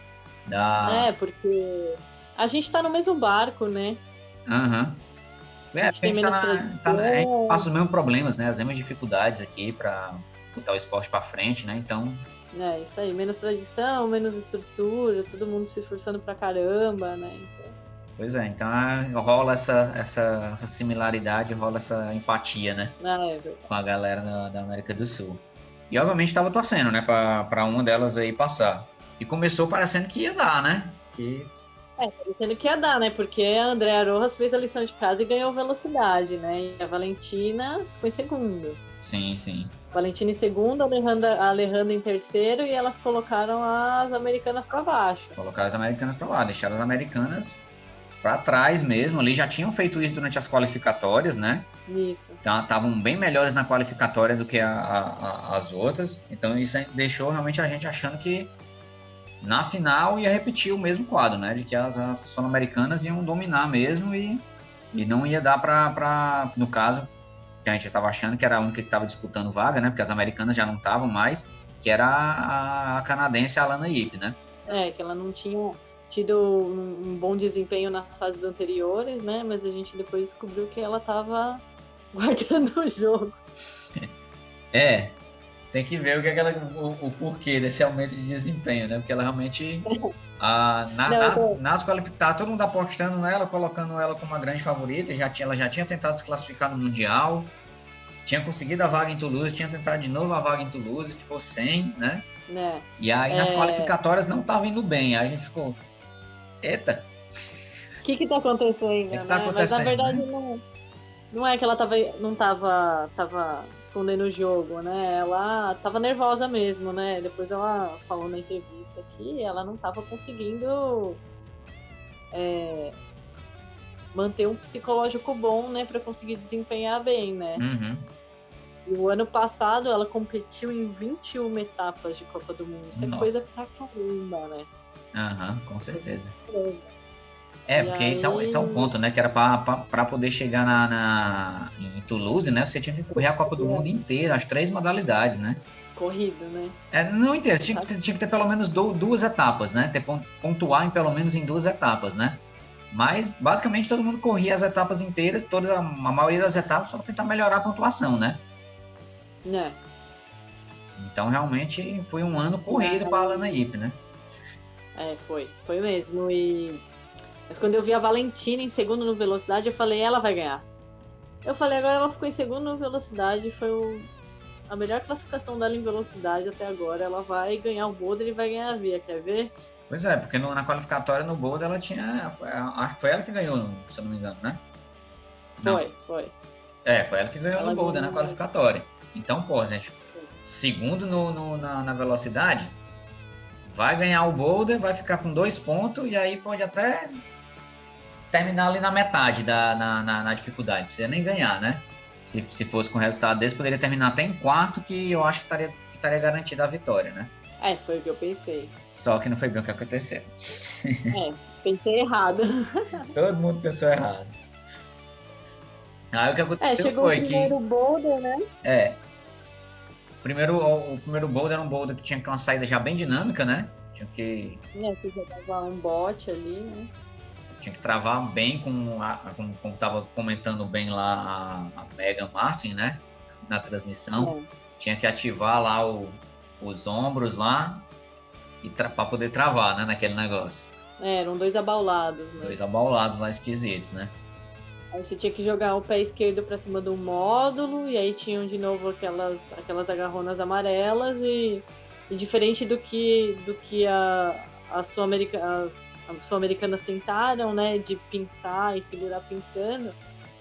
Da... É, porque a gente tá no mesmo barco, né? Aham. Uhum. É, a gente, a gente, tá na, tá, a gente passa os mesmos problemas, né? As mesmas dificuldades aqui para botar o esporte para frente, né? Então... É, isso aí. Menos tradição, menos estrutura, todo mundo se esforçando pra caramba, né? Então... Pois é, então rola essa, essa, essa similaridade, rola essa empatia, né? Ah, é verdade. Com a galera da, da América do Sul. E obviamente estava torcendo, né? Pra, pra uma delas aí passar. E começou parecendo que ia dar, né? Que... É, parecendo que ia dar, né? Porque a Andrea Rojas fez a lição de casa e ganhou velocidade, né? E a Valentina foi em segundo. Sim, sim. A Valentina em segundo, a Alejandra, a Alejandra em terceiro e elas colocaram as americanas para baixo. Colocaram as americanas para lá, deixaram as americanas para trás mesmo. Ali já tinham feito isso durante as qualificatórias, né? Isso. Então, estavam bem melhores na qualificatória do que a, a, a, as outras. Então, isso deixou realmente a gente achando que na final ia repetir o mesmo quadro, né? De que as, as sul-americanas iam dominar mesmo e, e não ia dar para, no caso, que a gente estava achando que era a única que estava disputando vaga, né? Porque as americanas já não estavam mais, que era a, a canadense Alana Yip, né? É, que ela não tinha, tido um, um bom desempenho nas fases anteriores, né? Mas a gente depois descobriu que ela estava guardando o jogo. É, tem que ver o, que é que ela, o, o porquê desse aumento de desempenho, né? Porque ela realmente, a, na, Não, na, tô... nas qualificadas, todo mundo apostando nela, colocando ela como uma grande favorita, já tinha, ela já tinha tentado se classificar no Mundial, tinha conseguido a vaga em Toulouse, tinha tentado de novo a vaga em Toulouse, ficou sem, né? É, E aí nas é... qualificatórias não estava indo bem, aí a gente ficou, eita, o que que tá acontecendo, o que, é que né? tá Mas na acontecendo, verdade né? não, não é que ela tava, não tava, tava escondendo o jogo, né? Ela tava nervosa mesmo, né? Depois ela falou na entrevista que ela não tava conseguindo é, manter um psicológico bom, né? Pra conseguir desempenhar bem, né? Uhum. E o ano passado ela competiu em vinte e uma etapas de Copa do Mundo. Isso é Nossa. coisa pra caramba, né? Aham, com certeza. Caramba. É, E porque aí... esse é, um, esse é um ponto, né? Que era para poder chegar na, na, em Toulouse, né? Você tinha que correr a Copa do Mundo inteira, as três modalidades, né? Corrido, né? É, não inteiro, tinha que, ter, tinha que ter pelo menos do, duas etapas, né? Ter, pontuar em pelo menos em duas etapas, né? Mas, basicamente, todo mundo corria as etapas inteiras, todas, a, a maioria das etapas, para tentar melhorar a pontuação, né? É. Então, realmente, foi um ano corrido para a Alana Yip, né? É, foi. Foi mesmo. E... Mas quando eu vi a Valentina em segundo no velocidade, eu falei, ela vai ganhar. Eu falei, agora ela ficou em segundo no velocidade, foi o... a melhor classificação dela em velocidade até agora. Ela vai ganhar o boulder e vai ganhar a via, quer ver? Pois é, porque no, na qualificatória no boulder ela tinha... Foi, a, foi ela que ganhou, se eu não me engano, né? Foi, não. foi. É, foi ela que ganhou Ela no boulder, ganhou... na qualificatória. Então, pô, gente, segundo no, no na, na velocidade, vai ganhar o boulder, vai ficar com dois pontos e aí pode até terminar ali na metade da na, na, na dificuldade, não precisa nem ganhar, né? Se, se fosse com o resultado desse, poderia terminar até em quarto, que eu acho que estaria, que estaria garantida a vitória, né? É, foi o que eu pensei. Só que não foi bem o que aconteceu. É, pensei errado. Todo mundo pensou errado. Aí o que aconteceu É, chegou foi o primeiro que... boulder, né? É. Primeiro, o, o primeiro boulder era um boulder que tinha uma saída já bem dinâmica, né? Tinha que... É, que já dava um bote ali, né? Tinha que travar bem com, a, com como estava comentando bem lá a, a Megan Martin, né? Na transmissão. É. Tinha que ativar lá o, os ombros lá e para poder travar, né? Naquele negócio. É, eram dois abaulados, né? Dois abaulados lá esquisitos, né? Aí você tinha que jogar o pé esquerdo para cima do módulo, e aí tinham de novo aquelas, aquelas agarronas amarelas, e, e diferente do que, do que a, as sul-americanas sul tentaram, né, de pinçar e segurar pinçando,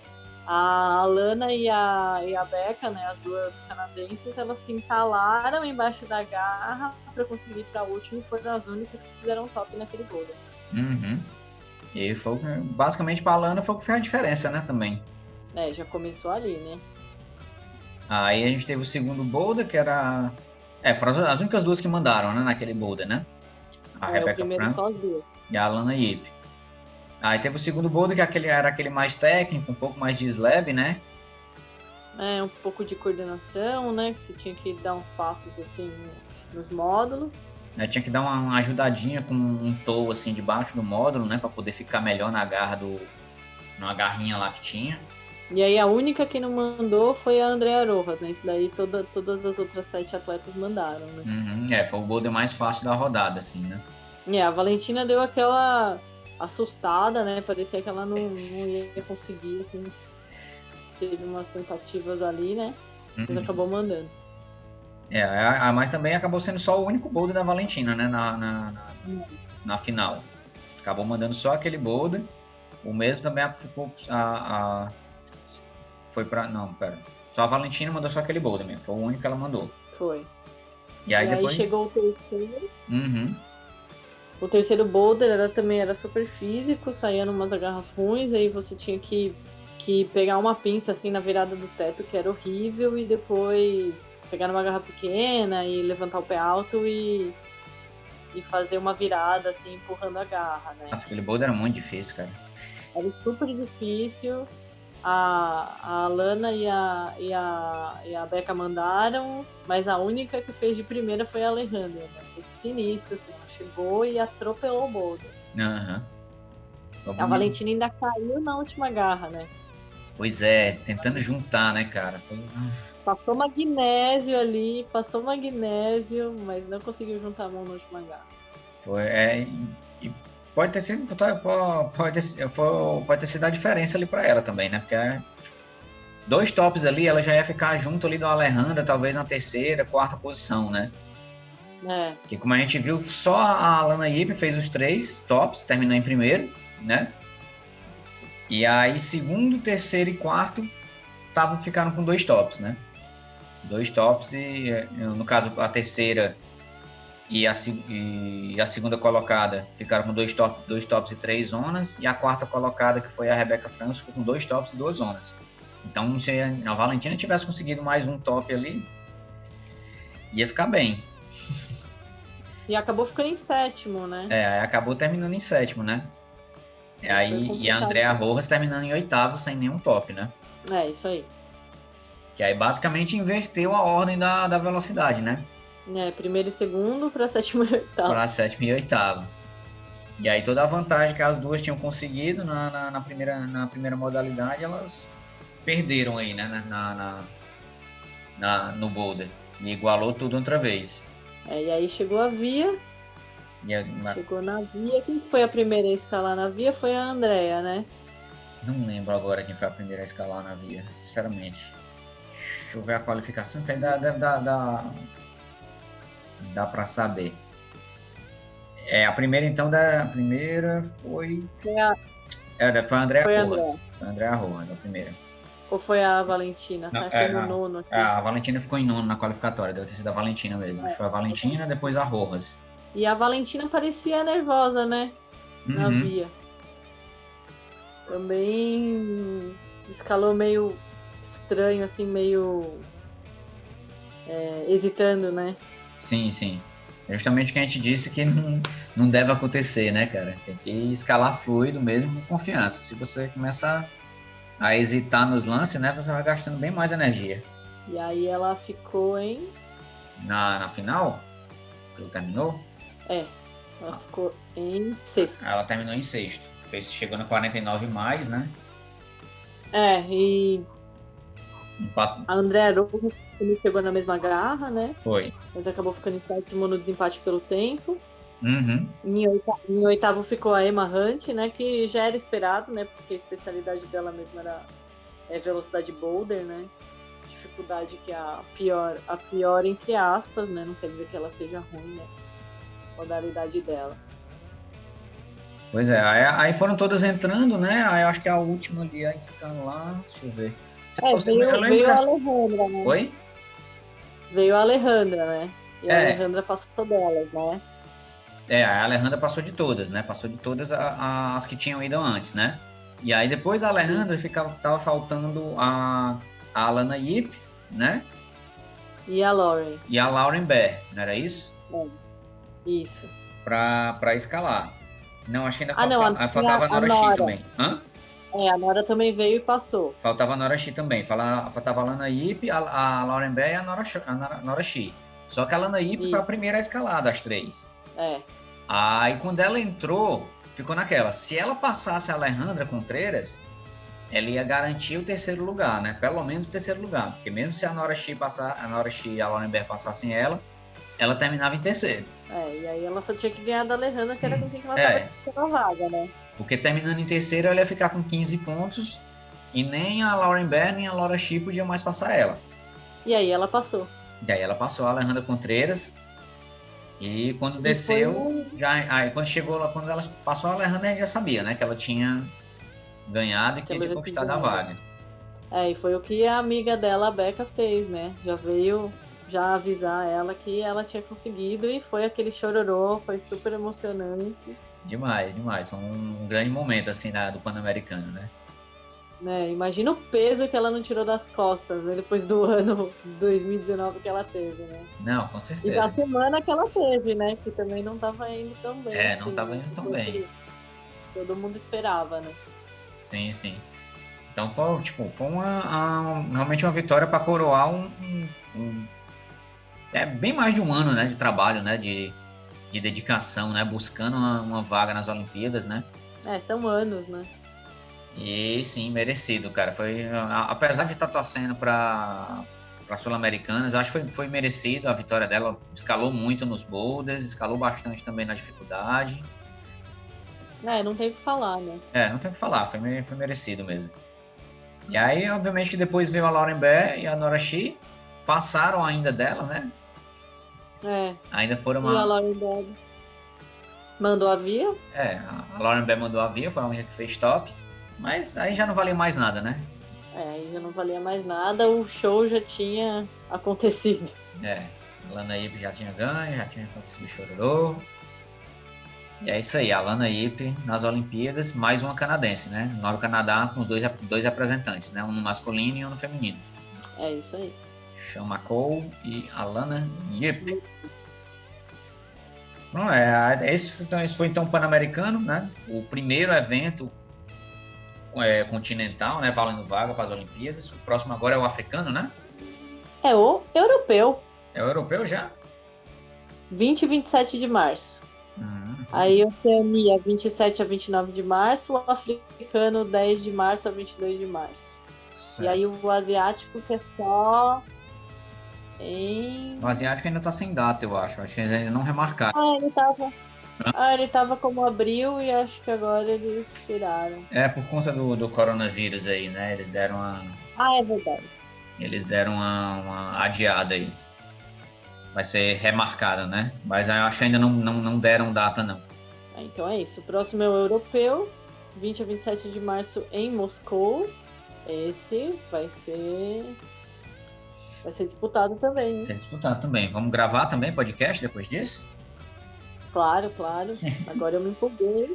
a Alana e a, e a Becca, né, as duas canadenses, elas se entalaram embaixo da garra para conseguir ir para o último, e foram as únicas que fizeram top naquele boulder. Uhum. E foi, basicamente, para a Alana foi o que fez a diferença, né, também. É, já começou ali, né? Aí a gente teve o segundo boulder, que era... É, foram as únicas duas que mandaram, né, naquele boulder, né? A é, Rebecca Franks e a Alana Yip. Aí teve o segundo boulder, que aquele, era aquele mais técnico, um pouco mais de slab, né? É, um pouco de coordenação, né? Que você tinha que dar uns passos, assim, nos módulos. Aí tinha que dar uma, uma ajudadinha com um tow, assim, debaixo do módulo, né? Pra poder ficar melhor na garra do... numa garrinha lá que tinha. E aí a única que não mandou foi a Andrea Rojas, né? Isso daí toda, todas as outras sete atletas mandaram, né? Uhum, é, foi o boulder mais fácil da rodada, assim, né? É, a Valentina deu aquela assustada, né? Parecia que ela não, não ia conseguir, assim. Teve umas tentativas ali, né? Mas uhum. acabou mandando. É, a, a, mas também acabou sendo só o único boulder da Valentina, né? Na, na, na, uhum. na final. Acabou mandando só aquele boulder. O mesmo também ficou... A, a, foi pra... Não, pera. Só a Valentina mandou só aquele boulder mesmo. Foi o único que ela mandou. Foi. E aí, e depois... aí chegou o terceiro. Uhum. O terceiro boulder era, também era super físico, saía numas agarras ruins, aí você tinha que, que pegar uma pinça assim na virada do teto, que era horrível, e depois pegar numa garra pequena e levantar o pé alto e, e fazer uma virada assim, empurrando a garra, né? Nossa, aquele boulder era muito difícil, cara. Era super difícil. A, a Alana e a, e, a, e a Becca mandaram, mas a única que fez de primeira foi a Alejandra, né? Foi sinistro, assim, ela chegou e atropelou o boulder. Aham. A Valentina ainda caiu na última garra, né? Pois é, tentando juntar, né, cara? Foi... Passou magnésio ali, passou magnésio, mas não conseguiu juntar a mão na última garra. Foi, é, e pode ter sido, pode, pode, pode ter sido a diferença ali para ela também, né? Porque é, dois tops ali, ela já ia ficar junto ali do Alejandra, talvez na terceira, quarta posição, né? É. Que como a gente viu, só a Alana Yip fez os três tops, terminou em primeiro, né? E aí, segundo, terceiro e quarto tavam, ficaram com dois tops, né? Dois tops e, no caso, a terceira e a, e a segunda colocada ficaram com dois, top, dois tops e três zonas, e a quarta colocada, que foi a Rebecca Franco, ficou com dois tops e duas zonas. Então, se a Valentina tivesse conseguido mais um top ali, ia ficar bem. E acabou ficando em sétimo, né? É, aí acabou terminando em sétimo, né? E, aí, e a Andrea Rojas terminando em oitavo, sem nenhum top, né? É, isso aí. Que aí basicamente inverteu a ordem da, da velocidade, né? É, primeiro e segundo para sétimo e oitavo. Para sétimo e oitavo. E aí toda a vantagem que as duas tinham conseguido na, na, na, primeira, na primeira modalidade, elas perderam aí, né? Na, na, na, no boulder. E igualou tudo outra vez. É, e aí chegou a Via. E a, na... Chegou na Via. Quem foi a primeira a escalar na Via foi a Andrea, né? Não lembro agora quem foi a primeira a escalar na Via, sinceramente. Deixa eu ver a qualificação, que aí dá, dá, dá, dá, dá pra saber. É, a primeira, então, da a primeira foi... Foi a, é, foi a Andrea foi Rojas. Andrea. Foi a Andrea Rojas, a primeira. Ou foi a Valentina? Não, tá é, no a, nono aqui. a Valentina ficou em nono na qualificatória, deve ter sido a Valentina mesmo. É. Acho que foi a Valentina, depois a Rojas. E a Valentina parecia nervosa, né? Na Uhum. Via. Também escalou meio estranho, assim, meio é, hesitando, né? Sim, sim. É justamente o que a gente disse que não, não deve acontecer, né, cara? Tem que escalar fluido mesmo, com confiança. Se você começar a hesitar nos lances, né, você vai gastando bem mais energia. E aí ela ficou em... Na, na final? Ela terminou? É, ela ah. ficou em sexto. Ela terminou em sexto. Fez, chegou na quarenta e nove mais, né? É, e... Empatou. A Andrea Rojas chegou na mesma garra, né? Foi. Mas acabou ficando em sétimo no desempate pelo tempo. Uhum. Em, oitavo, em oitavo ficou a Emma Hunt, né? Que já era esperado, né? Porque a especialidade dela mesmo era é, velocidade boulder, né? Dificuldade que é a pior, a pior entre aspas, né? Não quer dizer que ela seja ruim, né? Modalidade dela. Pois é, aí, aí foram todas entrando, né? Aí eu acho que a última ali a escalar, deixa eu ver. É, veio, veio a Alejandra, né? Oi? Veio a Alejandra, né? E a é. Alejandra passou delas, né? É, a Alejandra passou de todas, né? Passou de todas a, a, as que tinham ido antes, né? E aí depois da Alejandra ficava, tava faltando a, a Alana Yip, né? E a Lauren. E a Lauren Bear, não era isso? É, isso. Pra, pra escalar. Não, acho que ainda ah, faltava, não, a, faltava a Nora Shi também. Hã? É, a Nora também veio e passou. Faltava a Nora Shi também. Faltava a Lana Yip, a, a Lauren Bear e a Nora, a Nora Shi. Só que a Lana Yip Isso. foi a primeira a escalar das três. É. Aí quando ela entrou, ficou naquela. Se ela passasse a Alejandra Contreras, ela ia garantir o terceiro lugar, né? Pelo menos o terceiro lugar. Porque mesmo se a Nora Shi passar, a Nora Shi e a Lauren Bear passassem ela, ela terminava em terceiro. É, e aí ela só tinha que ganhar da Alejandra, que era com quem ela estava é. disputando a vaga, né? Porque terminando em terceiro, ela ia ficar com quinze pontos e nem a Lauren Bear nem a Laura Shi podiam mais passar ela. E aí ela passou. E aí ela passou a Alejandra Contreras. E quando e desceu, um... já, aí quando chegou lá, quando ela passou a Alejandra, a gente já sabia, né? Que ela tinha ganhado e que, que tinha conquistado a vaga. É, e foi o que a amiga dela, a Becca, fez, né? Já veio já avisar ela que ela tinha conseguido e foi aquele chororô, foi super emocionante. Demais, demais. Foi um, um grande momento, assim, na, do Pan-Americano, né? né? Imagina o peso que ela não tirou das costas, né? Depois do ano dois mil e dezenove que ela teve, né? Não, com certeza. E da semana que ela teve, né? Que também não estava indo tão bem. É, assim, não estava indo tão bem. Todo mundo esperava, né? Sim, sim. Então foi, tipo, foi uma, uma realmente uma vitória para coroar um, um, um... É bem mais de um ano, né? De trabalho, né? De, de de dedicação, né? Buscando uma, uma vaga nas Olimpíadas, né? É, são anos, né? E sim, merecido, cara. Foi, apesar de estar torcendo para para Sul-Americanas, acho que foi, foi merecido a vitória dela. Escalou muito nos boulders, escalou bastante também na dificuldade. É, não tem o que falar, né? É, não tem o que falar, foi, foi merecido mesmo. E aí, obviamente, depois veio a Lauren Bear e a Nora Shi, passaram ainda dela, né? É. Ainda foram uma... E a Lauren Bear mandou a via? É, a Lauren Bear mandou a via, foi a única que fez top. Mas aí já não valia mais nada, né? É, aí já não valia mais nada, o show já tinha acontecido. É, a Lana Yip já tinha ganho, já tinha acontecido o chororô. E é isso aí, a Lana Yip nas Olimpíadas, mais uma canadense, né? No Canadá com os dois, dois representantes, né? Um no masculino e um no feminino. É isso aí. Sean McCall e a Lana Yip. Bom, é, esse, então, esse foi então o Pan-Americano, né? O primeiro evento é, continental, né? Valendo vaga para as Olimpíadas. O próximo agora é o africano, né? É o europeu. É o europeu já? vinte e vinte e sete de março. Uhum. Aí Oceania, vinte e sete a vinte e nove de março. O africano, dez de março a vinte e dois de março. Certo. E aí o asiático, que é só em... O asiático ainda tá sem data, eu acho. Acho que eles ainda não remarcaram. Ah, ele tava... Ah, ele tava como abril e acho que agora eles tiraram. É, por conta do, do coronavírus aí, né? Eles deram uma... Ah, é verdade. Eles deram uma, uma adiada aí. Vai ser remarcada, né? Mas eu acho que ainda não, não, não deram data, não. Ah, então é isso. O próximo é o europeu, vinte a vinte e sete de março em Moscou. Esse vai ser... Vai ser disputado também, hein? Vai ser disputado também. Vamos gravar também podcast depois disso? Claro, claro. Agora eu me empolguei.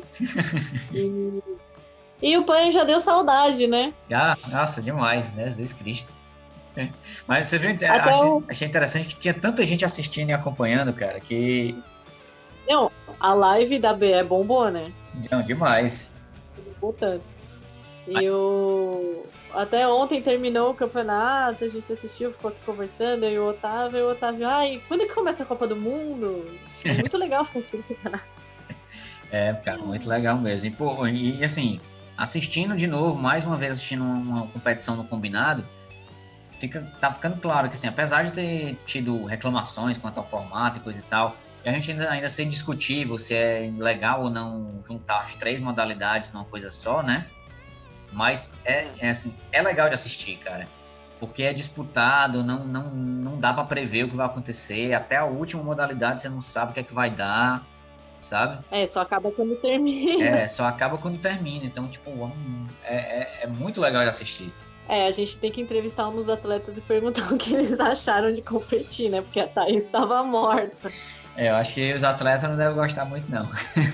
E, e o Pan já deu saudade, né? Ah, nossa, demais, né? Jesus Cristo. Mas você viu, achei, o... achei interessante que tinha tanta gente assistindo e acompanhando, cara, que... Não, a live da B E bombou, né? Não, demais. Botando. E o... Até ontem terminou o campeonato, a gente assistiu, ficou aqui conversando, eu e o Otávio, e o Otávio, ai, quando é que começa a Copa do Mundo? É muito legal assistir o campeonato. É, cara, muito legal mesmo. E, pô, e assim, assistindo de novo, mais uma vez assistindo uma competição no combinado, fica, tá ficando claro que, assim, apesar de ter tido reclamações quanto ao formato e coisa e tal, e a gente ainda, ainda ser discutível se é legal ou não juntar as três modalidades numa coisa só, né? Mas é, é, assim, é legal de assistir, cara. Porque é disputado, não, não, não dá pra prever o que vai acontecer. Até a última modalidade você não sabe o que é que vai dar, sabe? É, só acaba quando termina. É, só acaba quando termina. Então, tipo, é, é, é muito legal de assistir. É, a gente tem que entrevistar um dos atletas e perguntar o que eles acharam de competir, né? Porque a Thaís estava morta. É, eu acho que os atletas não devem gostar muito, não.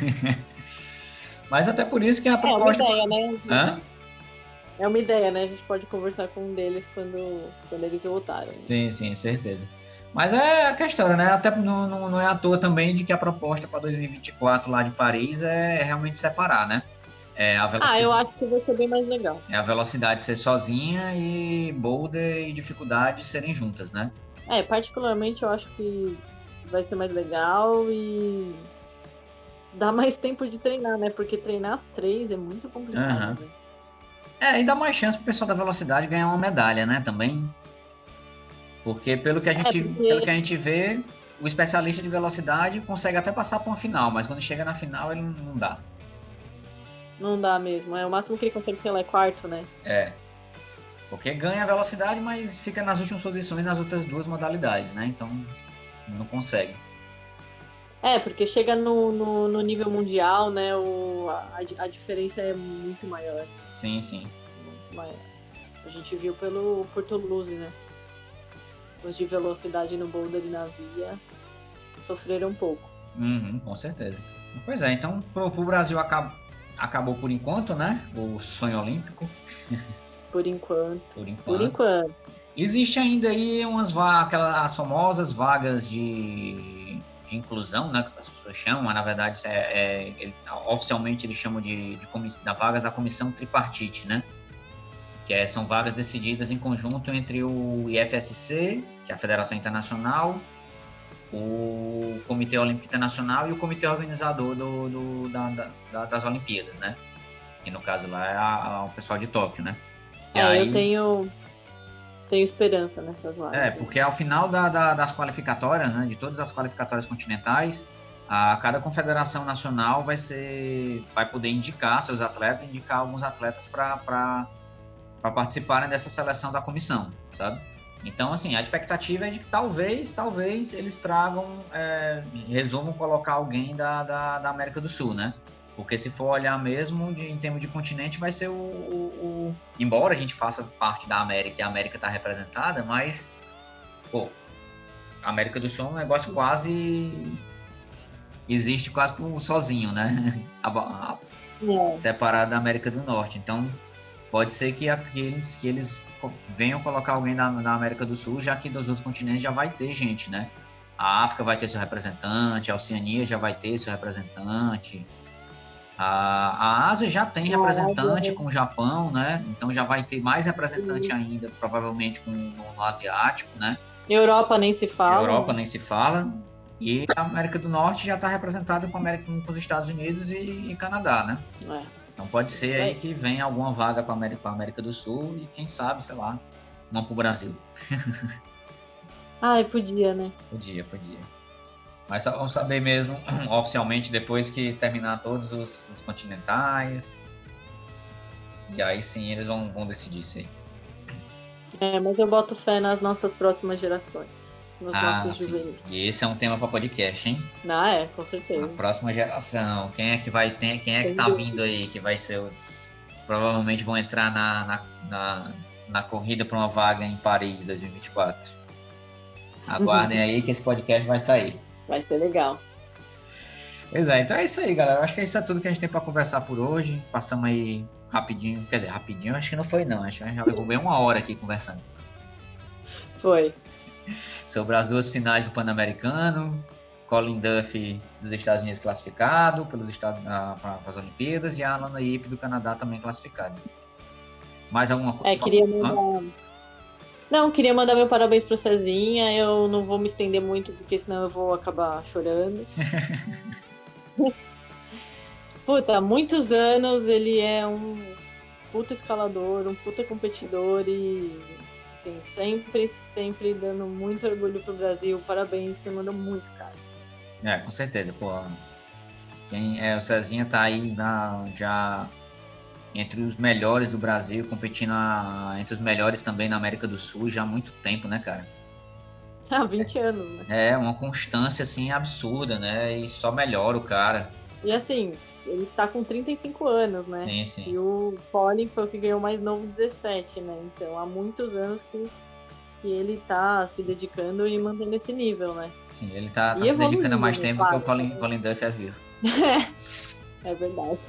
Mas até por isso que a proposta... É uma ideia, né? Hã? É uma ideia, né? A gente pode conversar com um deles quando, quando eles voltarem. Sim, sim, certeza. Mas é a questão, né? Até não, não, não é à toa também de que a proposta para dois mil e vinte e quatro lá de Paris é realmente separar, né? É a velocidade, ah, eu acho que vai ser bem mais legal. É a velocidade ser sozinha e boulder e dificuldade serem juntas, né? É, particularmente eu acho que vai ser mais legal e dá mais tempo de treinar, né? Porque treinar as três é muito complicado, uhum. né? É, e dá mais chance pro pessoal da velocidade ganhar uma medalha, né, também. Porque pelo que a gente, é porque... pelo que a gente vê, o especialista de velocidade consegue até passar para uma final, mas quando chega na final ele não dá. Não dá mesmo, é o máximo que ele consegue, sei lá, é quarto, né? É. Porque ganha a velocidade, mas fica nas últimas posições nas outras duas modalidades, né? Então não consegue. É, porque chega no, no, no nível mundial, né? O, a, a diferença é muito maior. Sim, sim. Muito maior. A gente viu pelo por Toulouse, né? Os de velocidade no boulder e na via sofreram um pouco. Uhum, com certeza. Pois é, então pro, pro Brasil acabou, acabou por enquanto, né? O sonho olímpico. Por enquanto. Por enquanto. Por enquanto. Existe ainda aí umas vagas, aquelas famosas vagas de, de inclusão, né? Que as pessoas chamam, mas na verdade é, é, ele, oficialmente eles chamam de, de comiss, da vagas da comissão tripartite, né? Que é, são vagas decididas em conjunto entre o I F S C, que é a Federação Internacional, o Comitê Olímpico Internacional e o Comitê Organizador do, do, da, da, das Olimpíadas, né? Que no caso lá é a, a, o pessoal de Tóquio, né? E é, aí, eu tenho, tenho esperança nessas vagas. É, porque ao final da, da, das qualificatórias, né, de todas as qualificatórias continentais, a cada confederação nacional vai ser, vai poder indicar seus atletas, indicar alguns atletas para participarem dessa seleção da comissão, sabe? Então, assim, a expectativa é de que talvez, talvez eles tragam, é, resolvam colocar alguém da, da, da América do Sul, né? Porque se for olhar mesmo de, em termos de continente, vai ser o, o, o... Embora a gente faça parte da América e a América está representada, mas, pô, a América do Sul é um negócio quase... Existe quase por sozinho, né? A, a, é. Separado da América do Norte. Então, pode ser que aqueles que eles venham colocar alguém da, da América do Sul, já que dos outros continentes já vai ter gente, né? A África vai ter seu representante, a Oceania já vai ter seu representante, a, a Ásia já tem representante com o Japão, né? Então já vai ter mais representante ainda, provavelmente com no, no asiático, né? Europa nem se fala. Europa nem se fala. E a América do Norte já está representada com, América, com os Estados Unidos e, e Canadá, né? É. Então pode ser aí que venha alguma vaga para a América, América do Sul e quem sabe, sei lá, uma para o Brasil. Ai, podia, né? Podia, podia. Mas só vamos saber mesmo oficialmente depois que terminar todos os, os continentais. E aí sim eles vão, vão decidir isso aí. É, mas eu boto fé nas nossas próximas gerações. Nos ah, nossos juvenis. E esse é um tema para podcast, hein? Ah, é, com certeza. A próxima geração. Quem é que vai ter, quem é que tá vindo aí, que vai ser os... Provavelmente vão entrar na, na, na, na corrida para uma vaga em Paris dois mil e vinte e quatro. Aguardem aí que esse podcast vai sair. Vai ser legal. Pois é, então é isso aí, galera. Eu acho que isso é tudo que a gente tem para conversar por hoje. Passamos aí rapidinho, quer dizer, rapidinho acho que não foi não. Acho que já levou bem uma hora aqui conversando. Foi. Sobre as duas finais do Pan-Americano, Colin Duffy dos Estados Unidos classificado pelos Estados, ah, para as Olimpíadas e a Alana Yip do Canadá também classificada. Mais alguma coisa? É, queria mandar... Ah? Não, queria mandar meu parabéns para o Cezinha. Eu não vou me estender muito, porque senão eu vou acabar chorando. Puta, há muitos anos ele é um puta escalador, um puta competidor e... Assim, sempre, sempre dando muito orgulho pro Brasil. Parabéns, você mandou muito, cara. É, com certeza, pô. Quem, é, o Cezinha tá aí na, já entre os melhores do Brasil, competindo a, entre os melhores também na América do Sul já há muito tempo, né, cara? Há vinte é, anos, né? É, uma constância, assim, absurda, né? E só melhora o cara. E assim, ele tá com trinta e cinco anos, né? Sim, sim. E o Colin foi o que ganhou mais novo, dezessete, né? Então, há muitos anos que, que ele tá se dedicando e mantendo esse nível, né? Sim, ele tá, tá se dedicando há mais tempo claro, que o Colin, Colin Duffy é vivo. É verdade.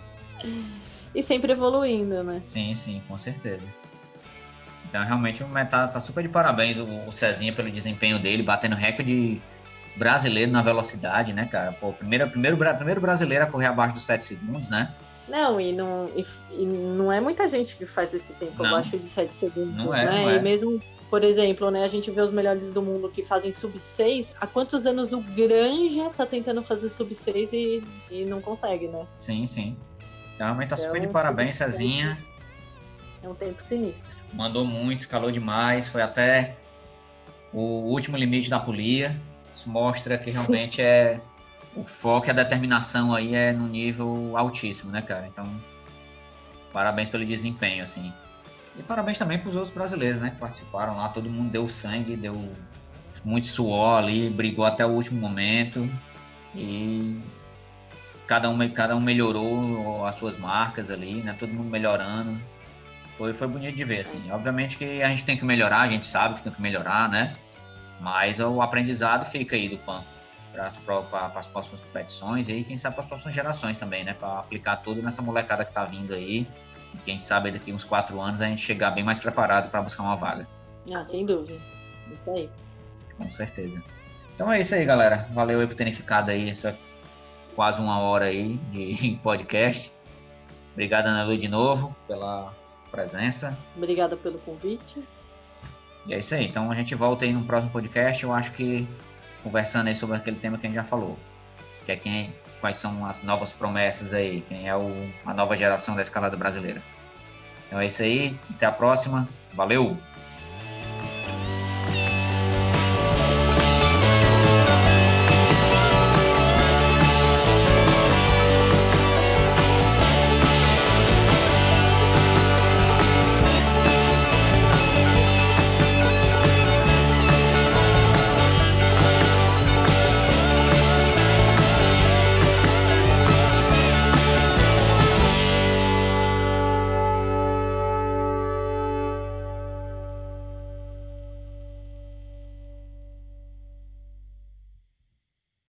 E sempre evoluindo, né? Sim, sim, com certeza. Então, realmente, o tá, tá super de parabéns o, o Cezinha pelo desempenho dele, batendo recorde brasileiro na velocidade, né, cara? Pô, primeiro, primeiro, primeiro brasileiro a correr abaixo dos sete segundos, né? Não, e não, e, e não é muita gente que faz esse tempo não. abaixo de sete segundos, não é, né? Não é. E mesmo, por exemplo, né, a gente vê os melhores do mundo que fazem sub seis. Há quantos anos o Granja tá tentando fazer sub seis e, e não consegue, né? Sim, sim. Então, realmente tá então, super de parabéns, Cezinha. É um tempo sinistro. Mandou muito, escalou demais, foi até o último limite da polia. Isso mostra que realmente é o foco e a determinação aí é no nível altíssimo, né, cara? Então, parabéns pelo desempenho, assim. E parabéns também para os outros brasileiros, né, que participaram lá. Todo mundo deu sangue, deu muito suor ali, brigou até o último momento. E cada um, cada um melhorou as suas marcas ali, né? Todo mundo melhorando. Foi, foi bonito de ver, assim. Obviamente que a gente tem que melhorar, a gente sabe que tem que melhorar, né? Mas o aprendizado fica aí do P A N para as, para as próximas competições e quem sabe para as próximas gerações também, né? Para aplicar tudo nessa molecada que tá vindo aí. E quem sabe daqui uns quatro anos a gente chegar bem mais preparado para buscar uma vaga. Ah, sem dúvida. Isso aí. Com certeza. Então é isso aí, galera. Valeu aí por terem ficado aí essa quase uma hora aí de podcast. Obrigado, Ana Lu, de novo pela presença. Obrigada pelo convite. E é isso aí. Então a gente volta aí no próximo podcast. Eu acho que conversando aí sobre aquele tema que a gente já falou, que é quem, quais são as novas promessas aí, quem é o, a nova geração da escalada brasileira. Então é isso aí, até a próxima, valeu!